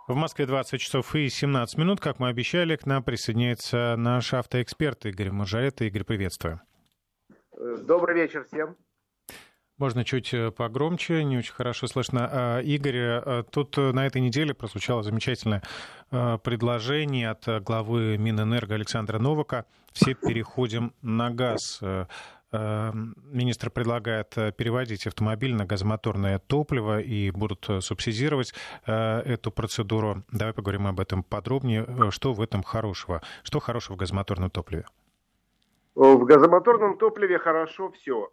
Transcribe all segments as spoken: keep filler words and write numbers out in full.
В Москве двадцать часов и семнадцать минут. Как мы обещали, к нам присоединяется наш автоэксперт Игорь Маржарета. Игорь, приветствую. Добрый вечер всем. Можно чуть погромче, не очень хорошо слышно. Игорь, тут на этой неделе прозвучало замечательное предложение от главы Минэнерго Александра Новака. Все переходим на газ. Министр предлагает переводить автомобиль на газомоторное топливо и будут субсидировать эту процедуру. Давай поговорим об этом подробнее. Что в этом хорошего? Что хорошего в газомоторном топливе? В газомоторном топливе хорошо все.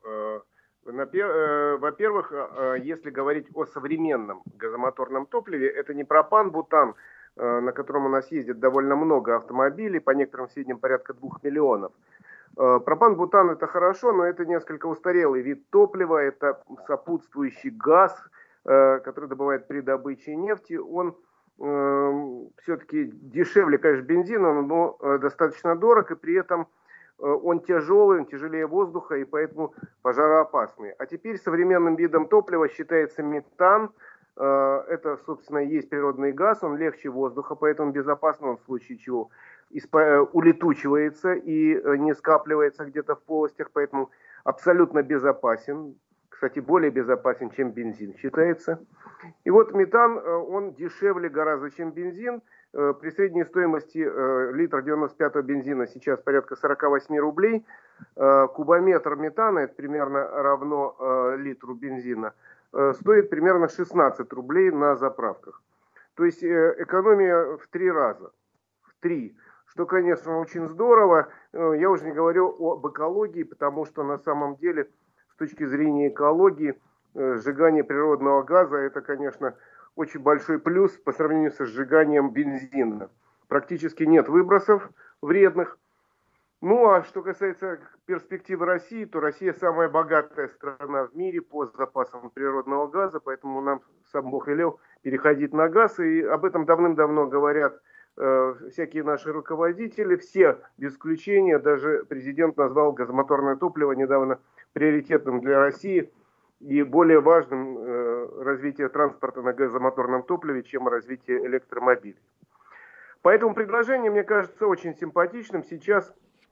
Во-первых, если говорить о современном газомоторном топливе, это не пропан-бутан, на котором у нас ездит довольно много автомобилей, по некоторым сведениям порядка двух миллионов. Пропан-бутан это хорошо, но это несколько устарелый вид топлива, это сопутствующий газ, который добывают при добыче нефти. Он э, все-таки дешевле, конечно, бензина, но достаточно дорог, и при этом он тяжелый, он тяжелее воздуха, и поэтому пожароопасный. А теперь современным видом топлива считается метан. Это, собственно, и есть природный газ, он легче воздуха, поэтому безопасно он в случае чего улетучивается и не скапливается где-то в полостях, поэтому абсолютно безопасен. Кстати, более безопасен, чем бензин считается. И вот метан, он дешевле гораздо, чем бензин. При средней стоимости литра девяносто пятого бензина сейчас порядка сорок восемь рублей. Кубометр метана, это примерно равно литру бензина, стоит примерно шестнадцать рублей на заправках. То есть экономия в три раза. В три. Что, конечно, очень здорово. Я уже не говорю об экологии, потому что на самом деле, с точки зрения экологии, сжигание природного газа, это, конечно, очень большой плюс по сравнению со сжиганием бензина. Практически нет выбросов вредных. Ну, а что касается перспективы России, то Россия самая богатая страна в мире по запасам природного газа, поэтому нам сам Бог велел переходить на газ, и об этом давным-давно говорят э, всякие наши руководители, все без исключения, даже президент назвал газомоторное топливо недавно приоритетным для России и более важным э, развитие транспорта на газомоторном топливе, чем развитие электромобилей. Поэтому предложение, мне кажется, очень симпатичным. Сейчас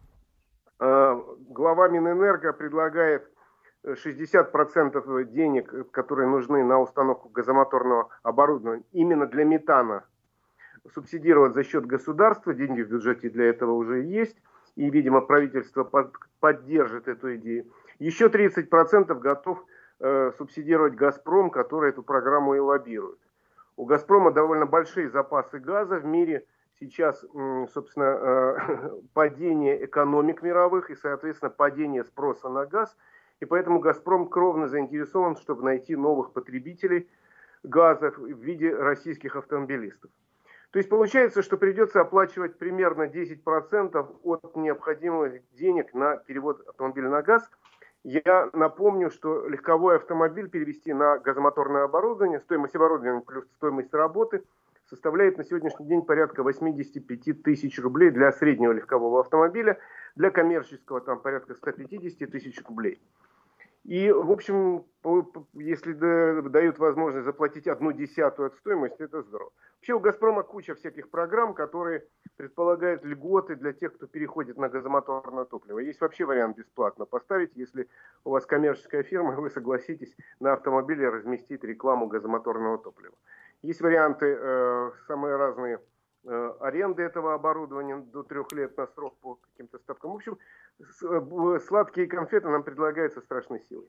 глава Минэнерго предлагает шестьдесят процентов денег, которые нужны на установку газомоторного оборудования именно для метана, субсидировать за счет государства. Деньги в бюджете для этого уже есть. И, видимо, правительство под, поддержит эту идею. Еще тридцать процентов готов э, субсидировать «Газпром», который эту программу и лоббирует. У «Газпрома» довольно большие запасы газа в мире. Сейчас, собственно, падение экономик мировых и, соответственно, падение спроса на газ. И поэтому «Газпром» кровно заинтересован, чтобы найти новых потребителей газа в виде российских автомобилистов. То есть получается, что придется оплачивать примерно десять процентов от необходимых денег на перевод автомобиля на газ. Я напомню, что легковой автомобиль перевести на газомоторное оборудование, стоимость оборудования плюс стоимость работы, составляет на сегодняшний день порядка восемьдесят пять тысяч рублей для среднего легкового автомобиля, для коммерческого там порядка сто пятьдесят тысяч рублей. И, в общем, если дают возможность заплатить одну десятую от стоимости, это здорово. Вообще у «Газпрома» куча всяких программ, которые предполагают льготы для тех, кто переходит на газомоторное топливо. Есть вообще вариант бесплатно поставить, если у вас коммерческая фирма, вы согласитесь на автомобиле разместить рекламу газомоторного топлива. Есть варианты э, самые разные э, аренды этого оборудования до трех лет на срок по каким-то ставкам. В общем, с, э, сладкие конфеты нам предлагаются страшной силой.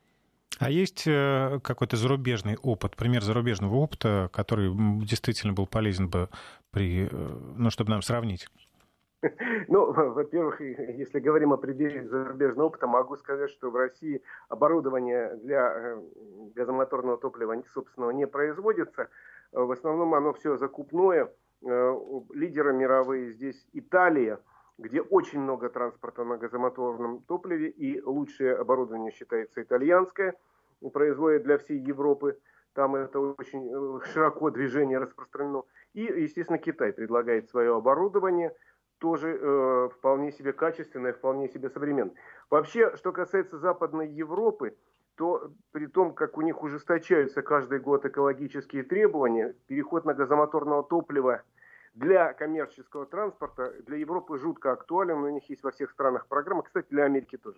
А есть э, какой-то зарубежный опыт, пример зарубежного опыта, который действительно был полезен бы, при, э, ну, чтобы нам сравнить? Ну, во-первых, если говорим о преддверии зарубежного опыта, могу сказать, что в России оборудование для газомоторного топлива собственного не производится. В основном оно все закупное. Лидеры мировые здесь Италия, где очень много транспорта на газомоторном топливе, и лучшее оборудование считается итальянское, производит для всей Европы. Там это очень широко движение распространено. И, естественно, Китай предлагает свое оборудование, тоже э, вполне себе качественное, вполне себе современное. Вообще, что касается Западной Европы, то при том, как у них ужесточаются каждый год экологические требования, переход на газомоторное топливо для коммерческого транспорта для Европы жутко актуален. У них есть во всех странах программа, кстати, для Америки тоже.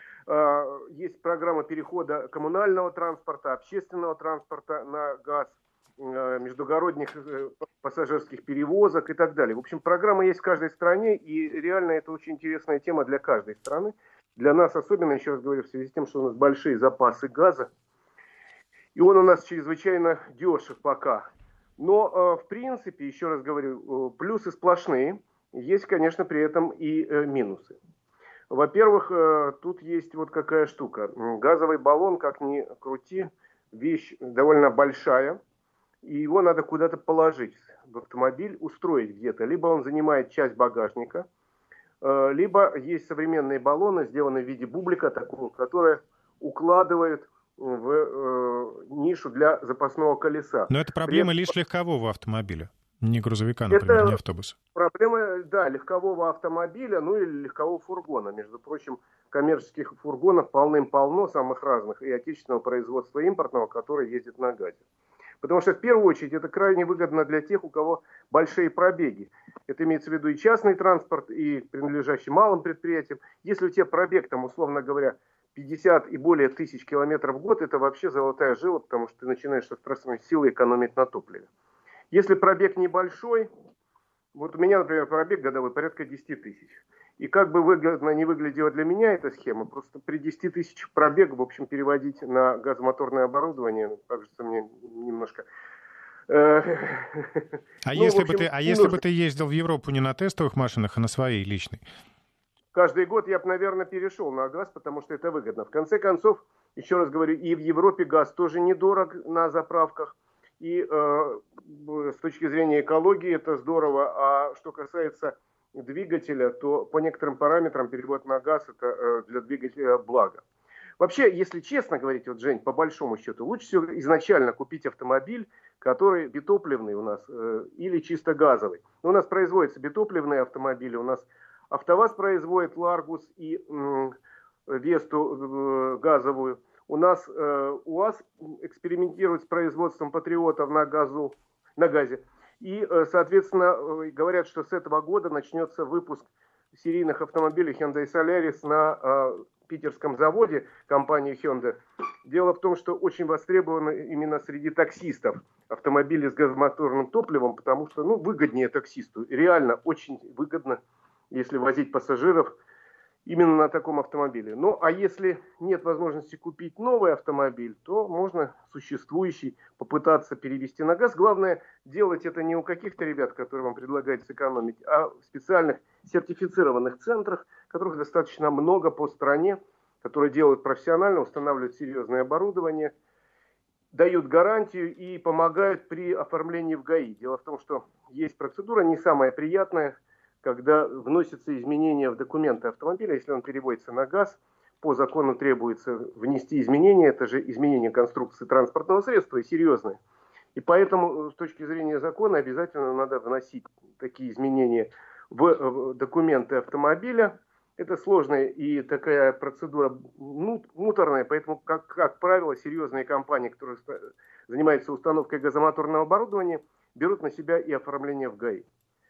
Есть программа перехода коммунального транспорта, общественного транспорта на газ, междугородних пассажирских перевозок и так далее. В общем, программа есть в каждой стране, и реально это очень интересная тема для каждой страны. Для нас особенно, еще раз говорю, в связи с тем, что у нас большие запасы газа, и он у нас чрезвычайно дешев пока. Но, в принципе, еще раз говорю, плюсы сплошные, есть, конечно, при этом и минусы. Во-первых, тут есть вот какая штука. Газовый баллон, как ни крути, вещь довольно большая, и его надо куда-то положить в автомобиль, устроить где-то. Либо он занимает часть багажника, либо есть современные баллоны, сделанные в виде бублика, такого, которые укладывают в э, нишу для запасного колеса. Но это проблема лишь легкового автомобиля, не грузовика, например, это не автобуса. Проблема, да, легкового автомобиля, ну или легкового фургона. Между прочим, коммерческих фургонов полным-полно, самых разных, и отечественного производства, и импортного, которые ездят на газе. Потому что, в первую очередь, это крайне выгодно для тех, у кого большие пробеги. Это имеется в виду и частный транспорт, и принадлежащий малым предприятиям. Если у тебя пробег, там, условно говоря, пятьдесят и более тысяч километров в год, это вообще золотая жила, потому что ты начинаешь со страшной силой экономить на топливе. Если пробег небольшой, вот у меня, например, пробег годовой порядка десять тысяч. И как бы выгодно не выглядела для меня эта схема, просто при десяти тысячах пробег, в общем, переводить на газомоторное оборудование, кажется мне немножко... А, ну, если, общем, бы ты, а если бы ты ездил в Европу не на тестовых машинах, а на своей личной? Каждый год я бы, наверное, перешел на газ, потому что это выгодно. В конце концов, еще раз говорю, и в Европе газ тоже недорог на заправках. И э, с точки зрения экологии это здорово. А что касается двигателя, то по некоторым параметрам переход на газ это э, для двигателя благо. Вообще, если честно говорить, вот, Жень, по большому счету, лучше всего изначально купить автомобиль, который битопливный у нас э, или чисто газовый. Но у нас производятся битопливные автомобили, у нас АвтоВАЗ производит Ларгус и э, Весту э, газовую. У нас э, УАЗ экспериментирует с производством патриотов на, газу, на газе. И, э, соответственно, э, говорят, что с этого года начнется выпуск серийных автомобилей Hyundai Solaris на э, питерском заводе компании Hyundai. Дело в том, что очень востребованы именно среди таксистов автомобили с газомоторным топливом, потому что ну, выгоднее таксисту. Реально очень выгодно, если возить пассажиров именно на таком автомобиле. Ну, а если нет возможности купить новый автомобиль, то можно существующий попытаться перевести на газ. Главное, делать это не у каких-то ребят, которые вам предлагают сэкономить, а в специальных сертифицированных центрах, которых достаточно много по стране, которые делают профессионально, устанавливают серьезное оборудование, дают гарантию и помогают при оформлении в ГАИ. Дело в том, что есть процедура не самая приятная, когда вносятся изменения в документы автомобиля, если он переводится на газ, по закону требуется внести изменения, это же изменение конструкции транспортного средства и серьезное. И поэтому с точки зрения закона обязательно надо вносить такие изменения в документы автомобиля. Это сложная и такая процедура муторная, поэтому, как, как правило, серьезные компании, которые занимаются установкой газомоторного оборудования, берут на себя и оформление в ГАИ.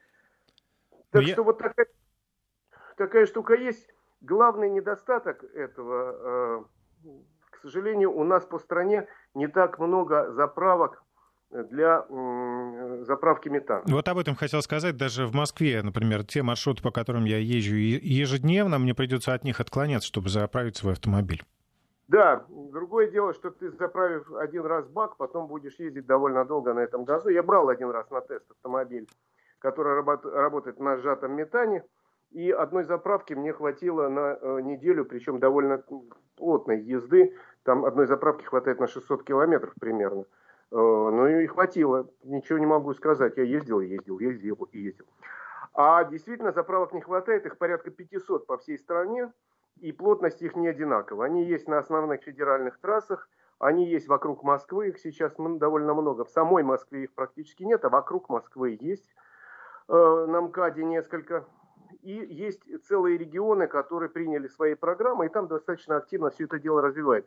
Так я... что вот такая, такая штука есть. Главный недостаток этого, э, к сожалению, у нас по стране не так много заправок для э, заправки метана. Вот об этом хотел сказать. Даже в Москве, например, те маршруты, по которым я езжу ежедневно, мне придется от них отклоняться, чтобы заправить свой автомобиль. Да, другое дело, что ты, заправив один раз бак, потом будешь ездить довольно долго на этом газу. Я брал один раз на тест автомобиль, который работает на сжатом метане, и одной заправки мне хватило на э, неделю, причем довольно плотной езды. Там одной заправки хватает на шестьсот километров примерно. Э, ну и хватило, ничего не могу сказать. Я ездил, ездил, ездил и ездил. А действительно заправок не хватает, их порядка пятьсот по всей стране, и плотность их не одинакова. Они есть на основных федеральных трассах, они есть вокруг Москвы, их сейчас довольно много. В самой Москве их практически нет, а вокруг Москвы есть. На МКАДе несколько. И есть целые регионы, которые приняли свои программы, и там достаточно активно все это дело развивают.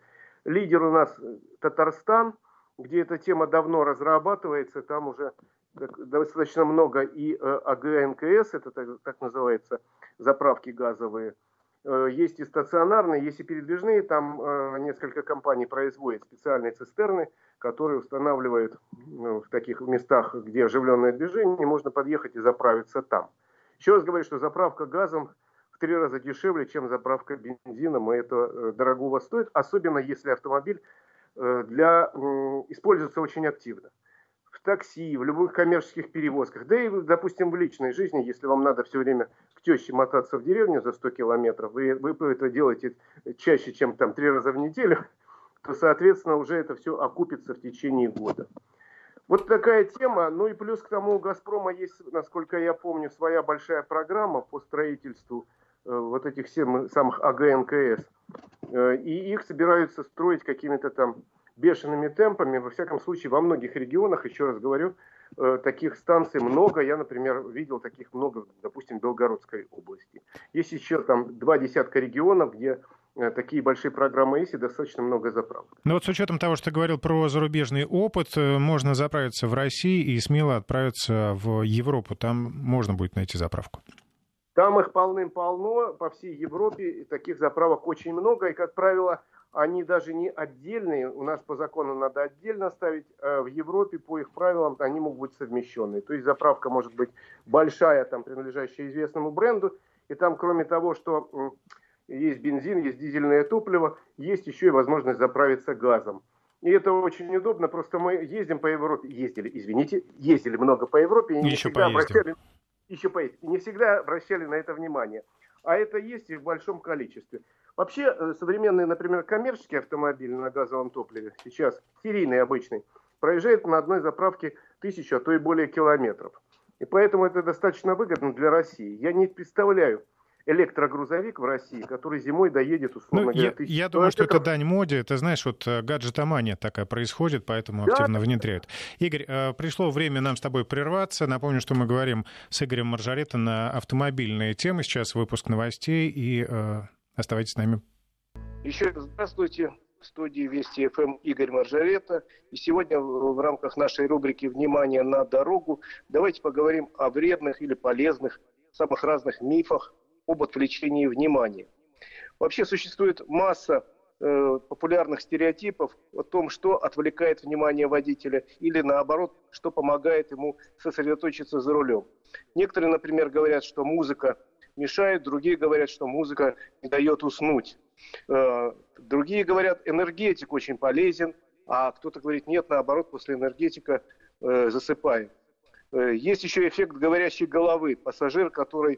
Лидер у нас Татарстан, где эта тема давно разрабатывается, там уже достаточно много и а гэ эн ка эс, это так, так называется, заправки газовые. Есть и стационарные, есть и передвижные. Там э, несколько компаний производят специальные цистерны, которые устанавливают ну, в таких местах, где оживленное движение, можно подъехать и заправиться там. Еще раз говорю, что заправка газом в три раза дешевле, чем заправка бензином, и это э, дорогого стоит, особенно если автомобиль э, для, э, используется очень активно. В такси, в любых коммерческих перевозках, да и, допустим, в личной жизни, если вам надо все время к теще мотаться в деревню за сто километров, вы, вы это делаете чаще, чем там три раза в неделю, то, соответственно, уже это все окупится в течение года. Вот такая тема. Ну и плюс к тому у «Газпрома» есть, насколько я помню, своя большая программа по строительству э, вот этих всем, самых а гэ эн ка эс. Э, и их собираются строить какими-то там бешеными темпами. Во всяком случае, во многих регионах, еще раз говорю, э, таких станций много. Я, например, видел таких много, допустим, в Белгородской области. Есть еще там два десятка регионов, где э, такие большие программы есть и достаточно много заправок. Ну вот с учетом того, что ты говорил про зарубежный опыт, можно заправиться в России и смело отправиться в Европу. Там можно будет найти заправку. Там их полным-полно по всей Европе. И таких заправок очень много. И, как правило, они даже не отдельные, у нас по закону надо отдельно ставить, а в Европе по их правилам они могут быть совмещенные. То есть заправка может быть большая, там, принадлежащая известному бренду, и там кроме того, что есть бензин, есть дизельное топливо, есть еще и возможность заправиться газом. И это очень удобно, просто мы ездим по Европе, ездили, извините, ездили много по Европе, и не еще всегда поездим. обращали, еще поездим, не всегда обращали на это внимание. А это есть и в большом количестве. Вообще, современный, например, коммерческий автомобиль на газовом топливе, сейчас серийный обычный, проезжает на одной заправке тысячу, а то и более километров. И поэтому это достаточно выгодно для России. Я не представляю электрогрузовик в России, который зимой доедет, условно ну, говоря, я, тысячу я думаю, километров. что это дань моде. Это, знаешь, вот гаджетомания такая происходит, поэтому Да. активно внедряют. Игорь, пришло время нам с тобой прерваться. Напомню, что мы говорим с Игорем Маржарета на автомобильные темы. Сейчас выпуск новостей, и э, оставайтесь с нами. Еще раз здравствуйте. В студии Вести эф эм Игорь Маржарета. И сегодня в рамках нашей рубрики «Внимание на дорогу» давайте поговорим о вредных или полезных, самых разных мифах об отвлечении внимания. Вообще существует масса э, популярных стереотипов о том, что отвлекает внимание водителя или наоборот, что помогает ему сосредоточиться за рулем. Некоторые, например, говорят, что музыка мешает, другие говорят, что музыка не дает уснуть. Э, другие говорят, энергетик очень полезен, а кто-то говорит, нет, наоборот, после энергетика э, засыпаем. Э, есть еще эффект говорящей головы. Пассажир, который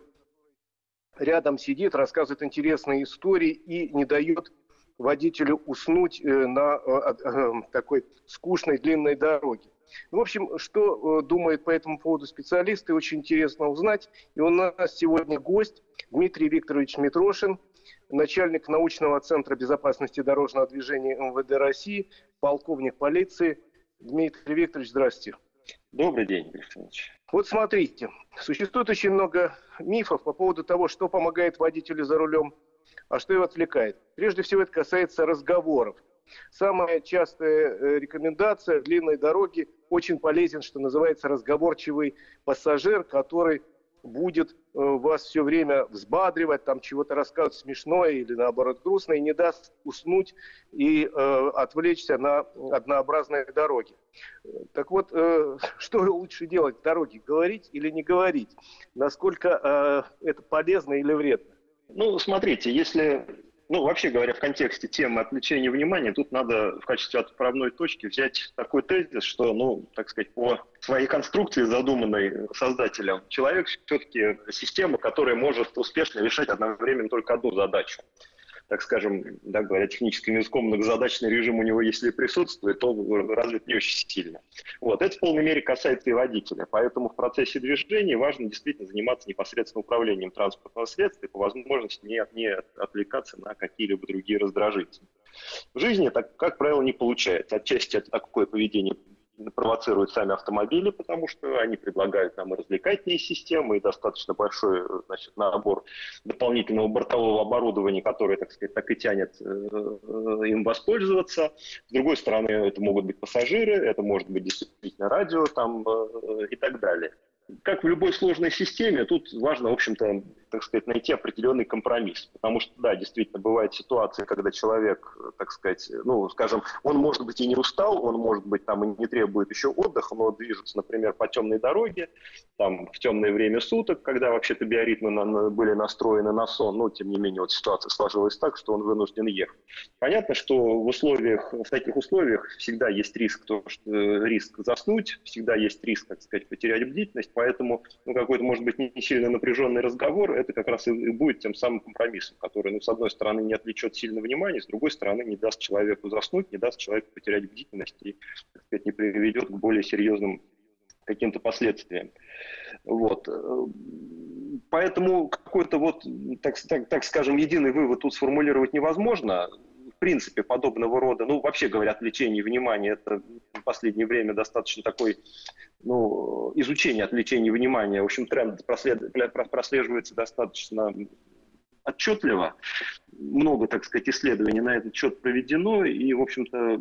рядом сидит, рассказывает интересные истории и не дает водителю уснуть на такой скучной длинной дороге. В общем, что думают по этому поводу специалисты, очень интересно узнать. И у нас сегодня гость Дмитрий Викторович Митрошин, начальник научного центра безопасности дорожного движения эм вэ дэ России, полковник полиции. Дмитрий Викторович, здравствуйте. Добрый день, Александр Ильич. Вот смотрите, существует очень много мифов по поводу того, что помогает водителю за рулем, а что его отвлекает. Прежде всего, это касается разговоров. Самая частая рекомендация в длинной дороге: очень полезен, что называется, разговорчивый пассажир, который будет вас все время взбадривать, там чего-то рассказывать смешное или наоборот грустное, и не даст уснуть и э, отвлечься на однообразной дороге. Так вот, э, что лучше делать в дороге? Говорить или не говорить? Насколько э, это полезно или вредно? Ну, смотрите, если... Ну, вообще говоря, в контексте темы отвлечения внимания, тут надо в качестве отправной точки взять такой тезис, что, ну, так сказать, по своей конструкции, задуманной создателем, человек все-таки система, которая может успешно решать одновременно только одну задачу. Так скажем, да, говоря техническим языком, многозадачный режим у него, если присутствует, то развит не очень сильно. Вот. Это в полной мере касается и водителя. Поэтому в процессе движения важно действительно заниматься непосредственно управлением транспортного средства и по возможности не, не отвлекаться на какие-либо другие раздражители. В жизни так, как правило, не получается. Отчасти это такое поведение провоцируют сами автомобили, потому что они предлагают нам и развлекательные системы, и достаточно большой, значит, набор дополнительного бортового оборудования, которое, так сказать, так и тянет им воспользоваться. С другой стороны, это могут быть пассажиры, это может быть действительно радио там, и так далее. Как в любой сложной системе, тут важно, в общем-то, так сказать, найти определенный компромисс. Потому что, да, действительно, бывают ситуации, когда человек, так сказать, ну, скажем, он, может быть, и не устал, он, может быть, там и не требует еще отдыха, но движется, например, по темной дороге, там, в темное время суток, когда вообще-то биоритмы на, на, были настроены на сон, но, тем не менее, вот ситуация сложилась так, что он вынужден ехать. Понятно, что в условиях, в таких условиях всегда есть риск, то, что, риск заснуть, всегда есть риск, так сказать, потерять бдительность, поэтому ну, какой-то, может быть, не сильно напряженный разговор, это как раз и будет тем самым компромиссом, который, ну, с одной стороны, не отвлечет сильно внимание, с другой стороны, не даст человеку заснуть, не даст человеку потерять бдительность и, так сказать, не приведет к более серьезным каким-то последствиям. Вот. Поэтому какой-то вот, так, так, так скажем, единый вывод тут сформулировать невозможно. В принципе, подобного рода, ну, вообще говоря, отвлечение внимания, это в последнее время достаточно такой, ну, изучение отвлечения внимания, в общем, тренд прослеживается достаточно отчетливо. Много, так сказать, исследований на этот счет проведено, и, в общем-то,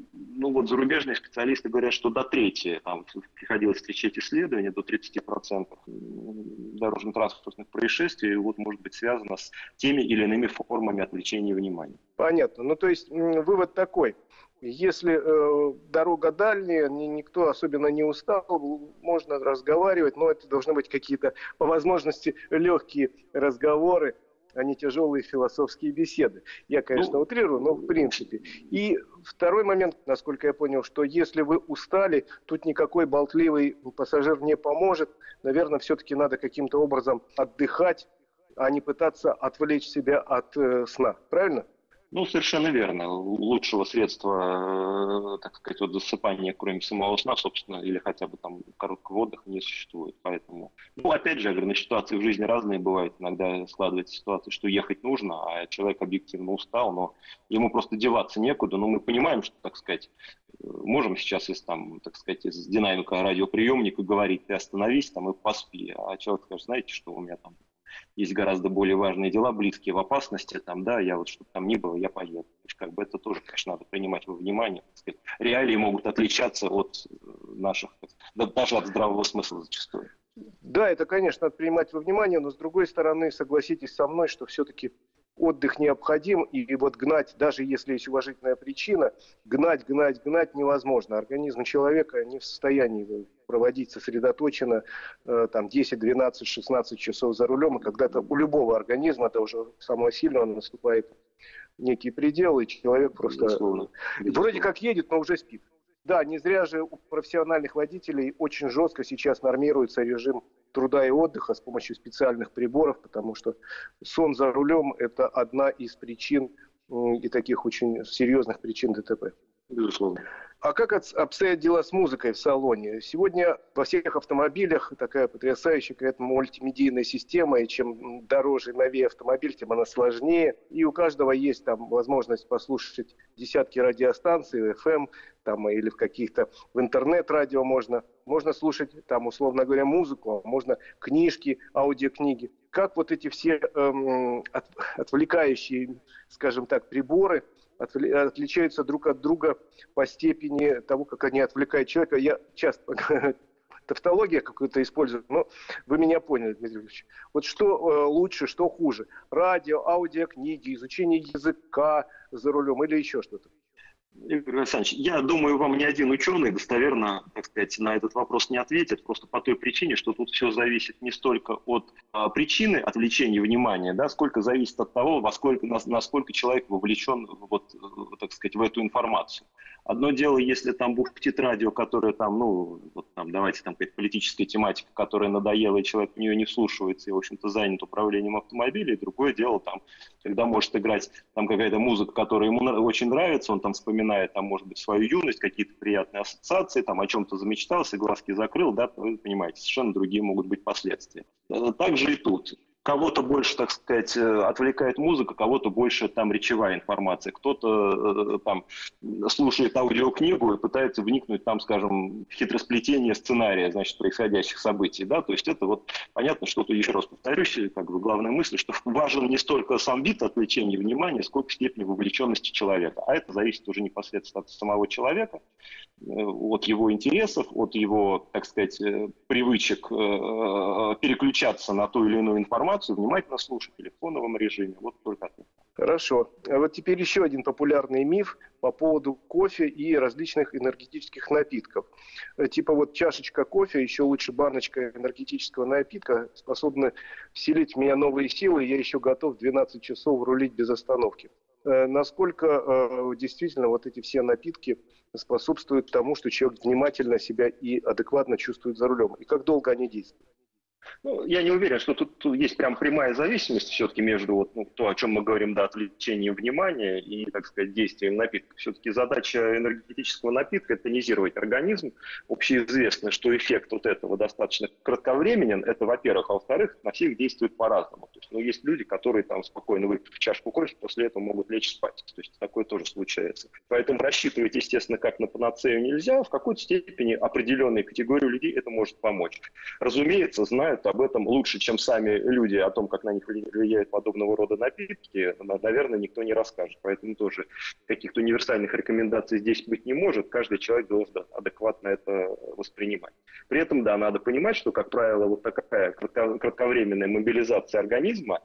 ну вот зарубежные специалисты говорят, что до трети, там приходилось встречать исследования, до тридцати процентов дорожно-транспортных происшествий вот, может быть связано с теми или иными формами отвлечения внимания. Понятно. Ну, то есть вывод такой. Если э, дорога дальняя, ни, никто особенно не устал, можно разговаривать, но это должны быть какие-то, по возможности, легкие разговоры, а не тяжелые философские беседы. Я, конечно, ну, утрирую, но в принципе. И второй момент, насколько я понял, что если вы устали, тут никакой болтливый пассажир не поможет. Наверное, все-таки надо каким-то образом отдыхать, а не пытаться отвлечь себя от э, сна. Правильно? Ну, совершенно верно. Лучшего средства, так сказать, от засыпания, кроме самого сна, собственно, или хотя бы там короткого отдыха не существует. Поэтому, ну, опять же, я говорю, на ситуации в жизни разные бывают. Иногда складывается ситуация, что ехать нужно, а человек объективно устал, но ему просто деваться некуда. Но мы понимаем, что, так сказать, можем сейчас из, там, так сказать, из динамика радиоприемника говорить, ты остановись там и поспи. А человек скажет, знаете, что у меня там есть гораздо более важные дела, близкие в опасности, там, да, я вот, чтобы там ни было, я поеду. То есть, как бы это тоже, конечно, надо принимать во внимание. Так сказать. Реалии могут отличаться от наших, даже от здравого смысла зачастую. Да, это, конечно, надо принимать во внимание, но, с другой стороны, согласитесь со мной, что все-таки отдых необходим, и, и вот гнать, даже если есть уважительная причина, гнать, гнать, гнать невозможно. Организм человека не в состоянии проводить сосредоточенно э, там десять, двенадцать, шестнадцать часов за рулем, и когда-то у любого организма, это уже самого сильного, наступает некий предел, и человек просто Безусловно. Безусловно. вроде как едет, но уже спит. Да, не зря же у профессиональных водителей очень жестко сейчас нормируется режим труда и отдыха с помощью специальных приборов, потому что сон за рулем – это одна из причин и таких очень серьезных причин ДТП. Безусловно. А как обстоят дела с музыкой в салоне? Сегодня во всех автомобилях такая потрясающая какая-то мультимедийная система, и чем дороже и новее автомобиль, тем она сложнее. И у каждого есть там возможность послушать десятки радиостанций, эф эм, там, или в каких-то в интернет-радио можно. Можно слушать, там, условно говоря, музыку, можно книжки, аудиокниги. Как вот эти все эм, от, отвлекающие, скажем так, приборы отличаются друг от друга по степени того, как они отвлекают человека. Я часто тавтология какую-то использую, но вы меня поняли, Дмитрий Ильич. Вот что лучше, что хуже? Радио, аудиокниги, изучение языка за рулем или еще что-то? Игорь Александрович, я думаю, вам ни один ученый достоверно, так сказать, на этот вопрос не ответит, просто по той причине, что тут все зависит не столько от а, причины отвлечения внимания, да, сколько зависит от того, во сколько, насколько человек вовлечен вот, так сказать, в эту информацию. Одно дело, если там бухтит радио, которое там, ну, вот там, давайте там какая-то политическая тематика, которая надоела, и человек в нее не вслушивается и, в общем-то, занят управлением автомобиля, и другое дело, там, когда может играть там какая-то музыка, которая ему очень нравится, он там вспоминает, там, может быть, свою юность, какие-то приятные ассоциации, там, о чем-то замечтался, глазки закрыл, да, вы понимаете, совершенно другие могут быть последствия. Также и тут. Кого-то больше, так сказать, отвлекает музыка, кого-то больше там речевая информация. Кто-то там слушает аудиокнигу и пытается вникнуть там, скажем, в хитросплетение сценария, значит, происходящих событий. Да? То есть это вот понятно, что тут еще раз повторюсь, как бы главная мысль, что важен не столько сам вид отвлечения внимания, сколько степень вовлеченности человека. А это зависит уже непосредственно от самого человека, от его интересов, от его, так сказать, привычек переключаться на ту или иную информацию, внимательно слушать в телефоновом режиме. Вот только так. Хорошо. А вот теперь еще один популярный миф по поводу кофе и различных энергетических напитков. Типа вот чашечка кофе, еще лучше баночка энергетического напитка способны вселить в меня новые силы, и я еще готов двенадцать часов рулить без остановки. Насколько э, действительно вот эти все напитки способствуют тому, что человек внимательно себя и адекватно чувствует за рулем? И как долго они действуют? Ну, я не уверен, что тут, тут есть прям прямая зависимость все-таки между вот, ну, то, о чем мы говорим, да, отвлечением внимания и, так сказать, действием напитка. Все-таки задача энергетического напитка – это тонизировать организм. Общеизвестно, что эффект вот этого достаточно кратковременен. Это, во-первых. А во-вторых, на всех действует по-разному. То есть, ну, есть люди, которые там спокойно выпив чашку кофе, после этого могут лечь спать. То есть такое тоже случается. Поэтому рассчитывать, естественно, как на панацею нельзя. В какой-то степени определенной категории людей это может помочь. Разумеется, знают об этом лучше, чем сами люди, о том, как на них влияют подобного рода напитки, наверное, никто не расскажет. Поэтому тоже каких-то универсальных рекомендаций здесь быть не может. Каждый человек должен адекватно это воспринимать. При этом, да, надо понимать, что, как правило, вот такая кратковременная мобилизация организма,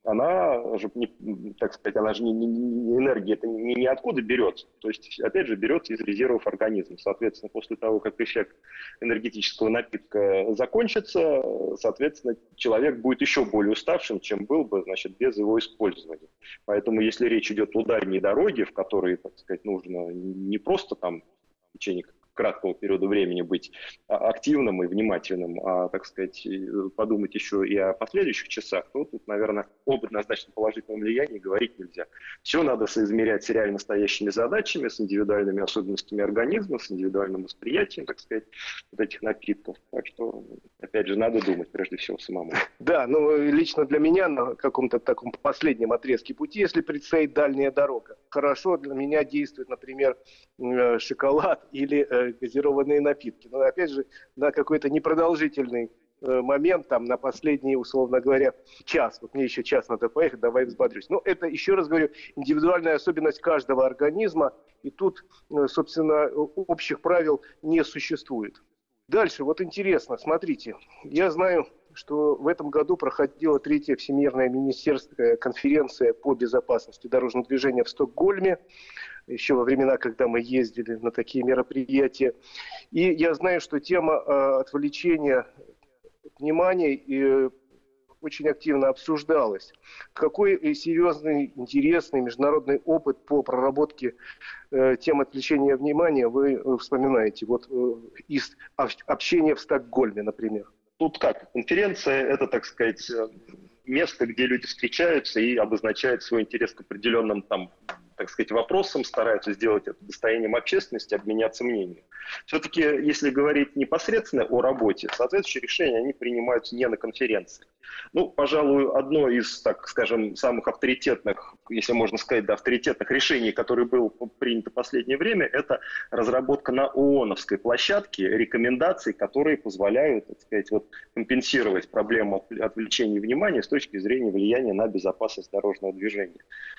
она же, не, так сказать, она же не, не, не энергия, это ни, ниоткуда берется. То есть, опять же, берется из резервов организма. Соответственно, после того, как эффект энергетического напитка закончится, соответственно, человек будет еще более уставшим, чем был бы, значит, без его использования. Поэтому, если речь идет о дальней дороге, в которой, так сказать, нужно не просто там в течение краткого периода времени быть активным и внимательным, а, так сказать, подумать еще и о последующих часах, то тут, наверное, об однозначно положительном влиянии говорить нельзя. Все надо соизмерять с реально стоящими задачами, с индивидуальными особенностями организма, с индивидуальным восприятием, так сказать, вот этих напитков. Так что, опять же, надо думать прежде всего самому. Да, ну, лично для меня на каком-то таком последнем отрезке пути, если предстоит дальняя дорога, хорошо для меня действует, например, шоколад или газированные напитки. Но, опять же, на какой-то непродолжительный э, момент, там, на последний, условно говоря, час. Вот мне еще час надо поехать, давай взбодрюсь. Но это, еще раз говорю, индивидуальная особенность каждого организма. И тут, э, собственно, общих правил не существует. Дальше, вот интересно, смотрите. Я знаю, что в этом году проходила третья Всемирная министерская конференция по безопасности дорожного движения в Стокгольме. Еще во времена, когда мы ездили на такие мероприятия. И я знаю, что тема э, отвлечения внимания э, очень активно обсуждалась. Какой серьезный, интересный международный опыт по проработке э, тем отвлечения внимания вы э, вспоминаете? Вот э, из общения в Стокгольме, например. Тут как? Конференция – это, так сказать, место, где люди встречаются и обозначают свой интерес к определенным там, так сказать, вопросам, стараются сделать это достоянием общественности, обменяться мнением. Все-таки, если говорить непосредственно о работе, соответствующие решения, они принимаются не на конференции. Ну, пожалуй, одно из, так скажем, самых авторитетных, если можно сказать, да, авторитетных решений, которое было принято в последнее время, это разработка на ООНовской площадке рекомендаций, которые позволяют, так сказать, вот, компенсировать проблему отвлечения внимания с точки зрения влияния на безопасность дорожного движения.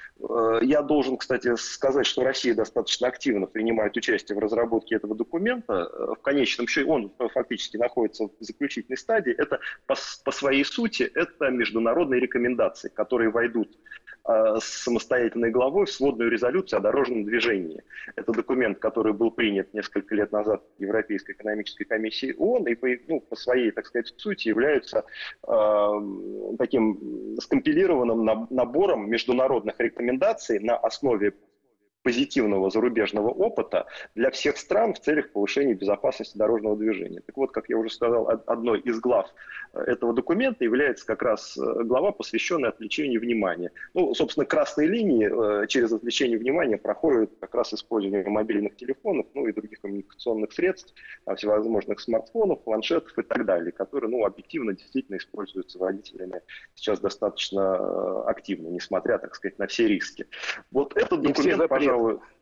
Я должен, кстати, сказать, что Россия достаточно активно принимает участие в разработке этого документа. В конечном счете он фактически находится в заключительной стадии. Это по, по своей сути это международные рекомендации, которые войдут э, с самостоятельной главой в сводную резолюцию о дорожном движении. Это документ, который был принят несколько лет назад Европейской экономической комиссией ООН и по, ну, по своей, так сказать, сути является э, таким скомпилированным набором международных рекомендаций на основе позитивного зарубежного опыта для всех стран в целях повышения безопасности дорожного движения. Так вот, как я уже сказал, одной из глав этого документа является как раз глава, посвященная отвлечению внимания. Ну, собственно, красные линии через отвлечение внимания проходят как раз использование мобильных телефонов, ну и других коммуникационных средств, всевозможных смартфонов, планшетов и так далее, которые, ну, объективно действительно используются водителями сейчас достаточно активно, несмотря, так сказать, на все риски. Вот этот документ, пожалуй,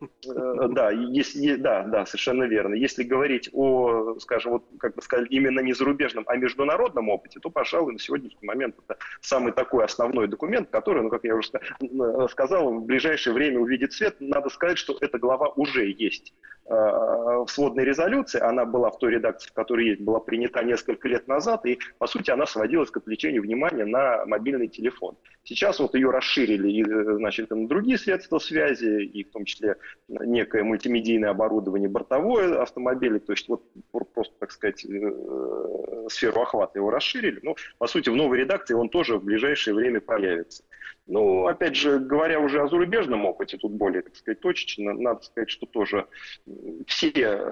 да, если, да, да, совершенно верно. Если говорить о, скажем, вот, как бы сказать, именно не зарубежном, а международном опыте, то, пожалуй, на сегодняшний момент это самый такой основной документ, который, ну, как я уже сказал, в ближайшее время увидит свет. Надо сказать, что эта глава уже есть в сводной резолюции. Она была в той редакции, в которой есть, была принята несколько лет назад, и, по сути, она сводилась к отвлечению внимания на мобильный телефон. Сейчас вот ее расширили и, значит, на другие средства связи, и в том числе некое мультимедийное оборудование бортовое автомобиля, то есть вот просто, так сказать, сферу охвата его расширили. Но, по сути, в новой редакции он тоже в ближайшее время появится. Ну, опять же, говоря уже о зарубежном опыте, тут более, так сказать, точечно, надо сказать, что тоже все,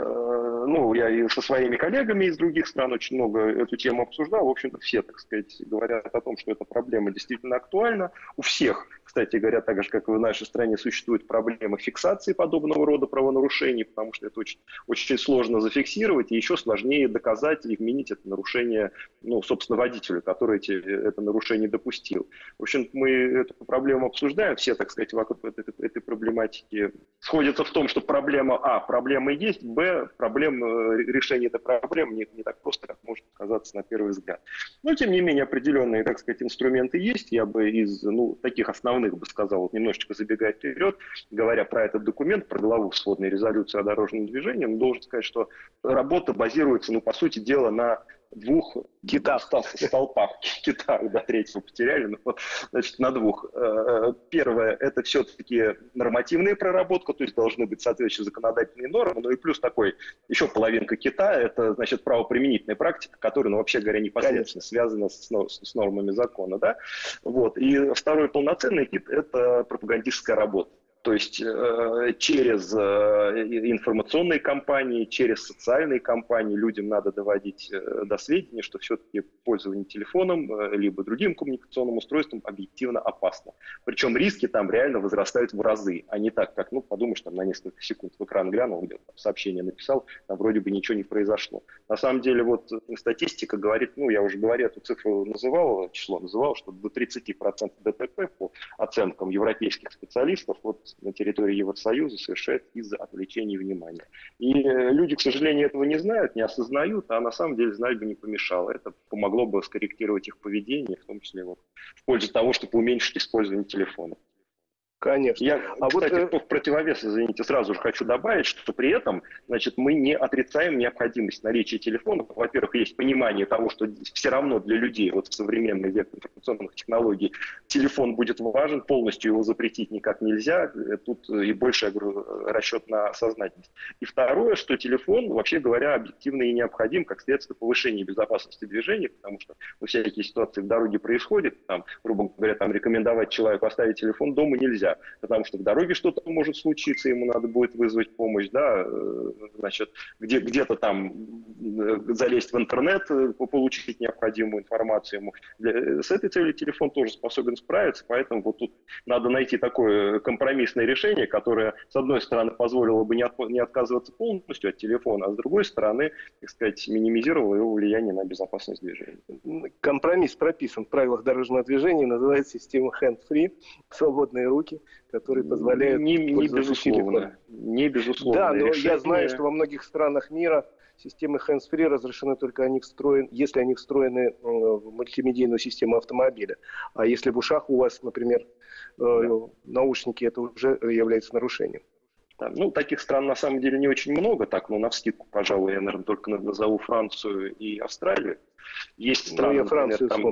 ну, я и со своими коллегами из других стран очень много эту тему обсуждал, в общем-то, все, так сказать, говорят о том, что эта проблема действительно актуальна. У всех, кстати говоря, так же, как и в нашей стране, существует проблема фиксации подобного рода правонарушений, потому что это очень, очень сложно зафиксировать, и еще сложнее доказать и вменить это нарушение, ну, собственно, водителю, который эти, это нарушение допустил. В общем, мы эту проблему обсуждаем, все, так сказать, вокруг этой, этой проблематики сходятся в том, что проблема, а, проблема есть, б, проблема, решение этой проблемы не, не так просто, как может казаться на первый взгляд. Но, тем не менее, определенные, так сказать, инструменты есть. Я бы из, ну, таких основных бы сказал, вот немножечко забегая вперед, говоря про этот документ, про главу сводной резолюции о дорожном движении, должен сказать, что работа базируется, ну, по сути дела, на двух китах, столпах, китах, да, третьего потеряли, но вот, значит, на двух. Первое, это все-таки нормативная проработка, то есть должны быть соответствующие законодательные нормы, ну и плюс такой, еще половинка кита, это, значит, правоприменительная практика, которая, ну, вообще говоря, непосредственно связана с, с нормами закона, да, вот. И второй полноценный кит, это пропагандистская работа. То есть э, через э, информационные кампании, через социальные кампании людям надо доводить э, до сведения, что все-таки пользование телефоном э, либо другим коммуникационным устройством объективно опасно. Причем риски там реально возрастают в разы, а не так, как, ну, подумаешь, там на несколько секунд в экран глянул, где-то там сообщение написал, там вроде бы ничего не произошло. На самом деле вот статистика говорит, ну, я уже говорю, эту цифру называл, число называл, что до тридцати процентов ДТП по оценкам европейских специалистов вот на территории Евросоюза совершает из-за отвлечения внимания. И люди, к сожалению, этого не знают, не осознают, а на самом деле знать бы не помешало. Это помогло бы скорректировать их поведение, в том числе вот в пользу того, чтобы уменьшить использование телефона. Конечно. Я, а кстати, вот... в противовес, извините, сразу же хочу добавить, что при этом, значит, мы не отрицаем необходимость наличия телефонов. Во-первых, есть понимание того, что все равно для людей вот в современный век информационных технологий телефон будет важен, полностью его запретить никак нельзя. Тут и больше, я говорю, расчет на сознательность. И второе, что телефон, вообще говоря, объективно и необходим как следствие повышения безопасности движения, потому что ну, всякие ситуации в дороге происходят, там, грубо говоря, там рекомендовать человеку оставить телефон дома нельзя. Потому что в дороге что-то может случиться, ему надо будет вызвать помощь, да, значит, где, где-то там залезть в интернет, получить необходимую информацию ему. Для, с этой целью телефон тоже способен справиться, поэтому вот тут надо найти такое компромиссное решение, которое, с одной стороны, позволило бы не, от, не отказываться полностью от телефона, а с другой стороны, так сказать, минимизировало его влияние на безопасность движения. Компромисс прописан в правилах дорожного движения, называется система hands-free, свободные руки, которые позволяют не, не безусловно, не безусловно. Да, но решение... я знаю, что во многих странах мира системы hands-free разрешены только они встроены, если они встроены в мультимедийную систему автомобиля. А если в ушах у вас, например, да. наушники, это уже является нарушением. Да, ну, таких стран на самом деле не очень много, так, ну, навскидку, пожалуй, я, наверное, только назову Францию и Австралию. Есть страны, ну, я Францию например, там... вспомнил.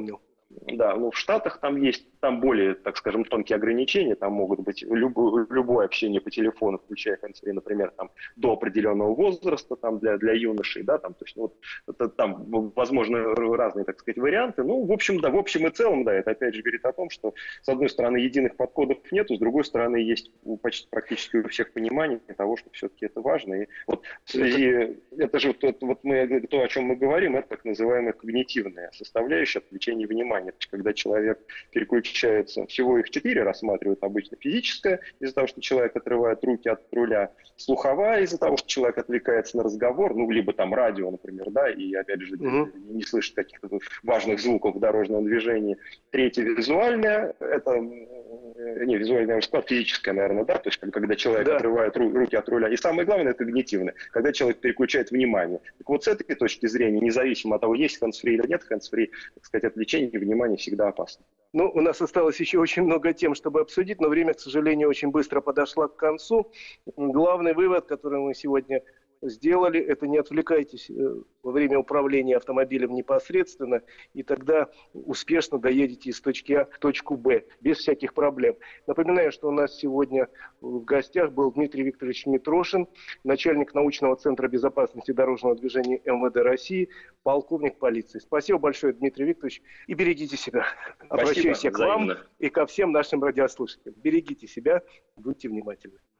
Да, ну в Штатах там есть, там более, так скажем, тонкие ограничения, там могут быть любое, любое общение по телефону, включая hands-free, например, там до определенного возраста, там для, для юношей, да, там, то есть, ну, вот, это, там, возможно, разные, так сказать, варианты. Ну, в общем, да, в общем и целом, да, это опять же говорит о том, что, с одной стороны, единых подходов нету, с другой стороны, есть почти практически у всех понимание того, что все-таки это важно. И вот в связи, это же вот, вот мы, то, о чем мы говорим, это так называемая когнитивная составляющая отвлечения внимания. То есть, когда человек переключается, всего их четыре рассматривают обычно: физическая, из-за того, что человек отрывает руки от руля; слуховая, из-за того, что человек отвлекается на разговор, ну, либо там радио, например, да, и опять же mm-hmm. не слышит каких-то важных звуков в дорожном движении. Третья — визуальная, это, не, визуальная, склад физическая, наверное, да, то есть, когда человек да. отрывает ру- руки от руля. И самое главное — это когнитивное, когда человек переключает внимание. Так вот, с этой точки зрения, независимо от того, есть hands-free или нет hands-free, так сказать, отвлечение внимания всегда опасно. Ну, у нас осталось еще очень много тем, чтобы обсудить, но время, к сожалению, очень быстро подошло к концу. Главный вывод, который мы сегодня сделали, это: не отвлекайтесь во время управления автомобилем непосредственно, и тогда успешно доедете из точки А в точку Б без всяких проблем. Напоминаю, что у нас сегодня в гостях был Дмитрий Викторович Митрошин, начальник научного центра безопасности дорожного движения эм вэ дэ России, полковник полиции. Спасибо большое, Дмитрий Викторович, и берегите себя. Спасибо, обращаюсь к вам взаимно. и ко всем нашим радиослушателям. Берегите себя, будьте внимательны.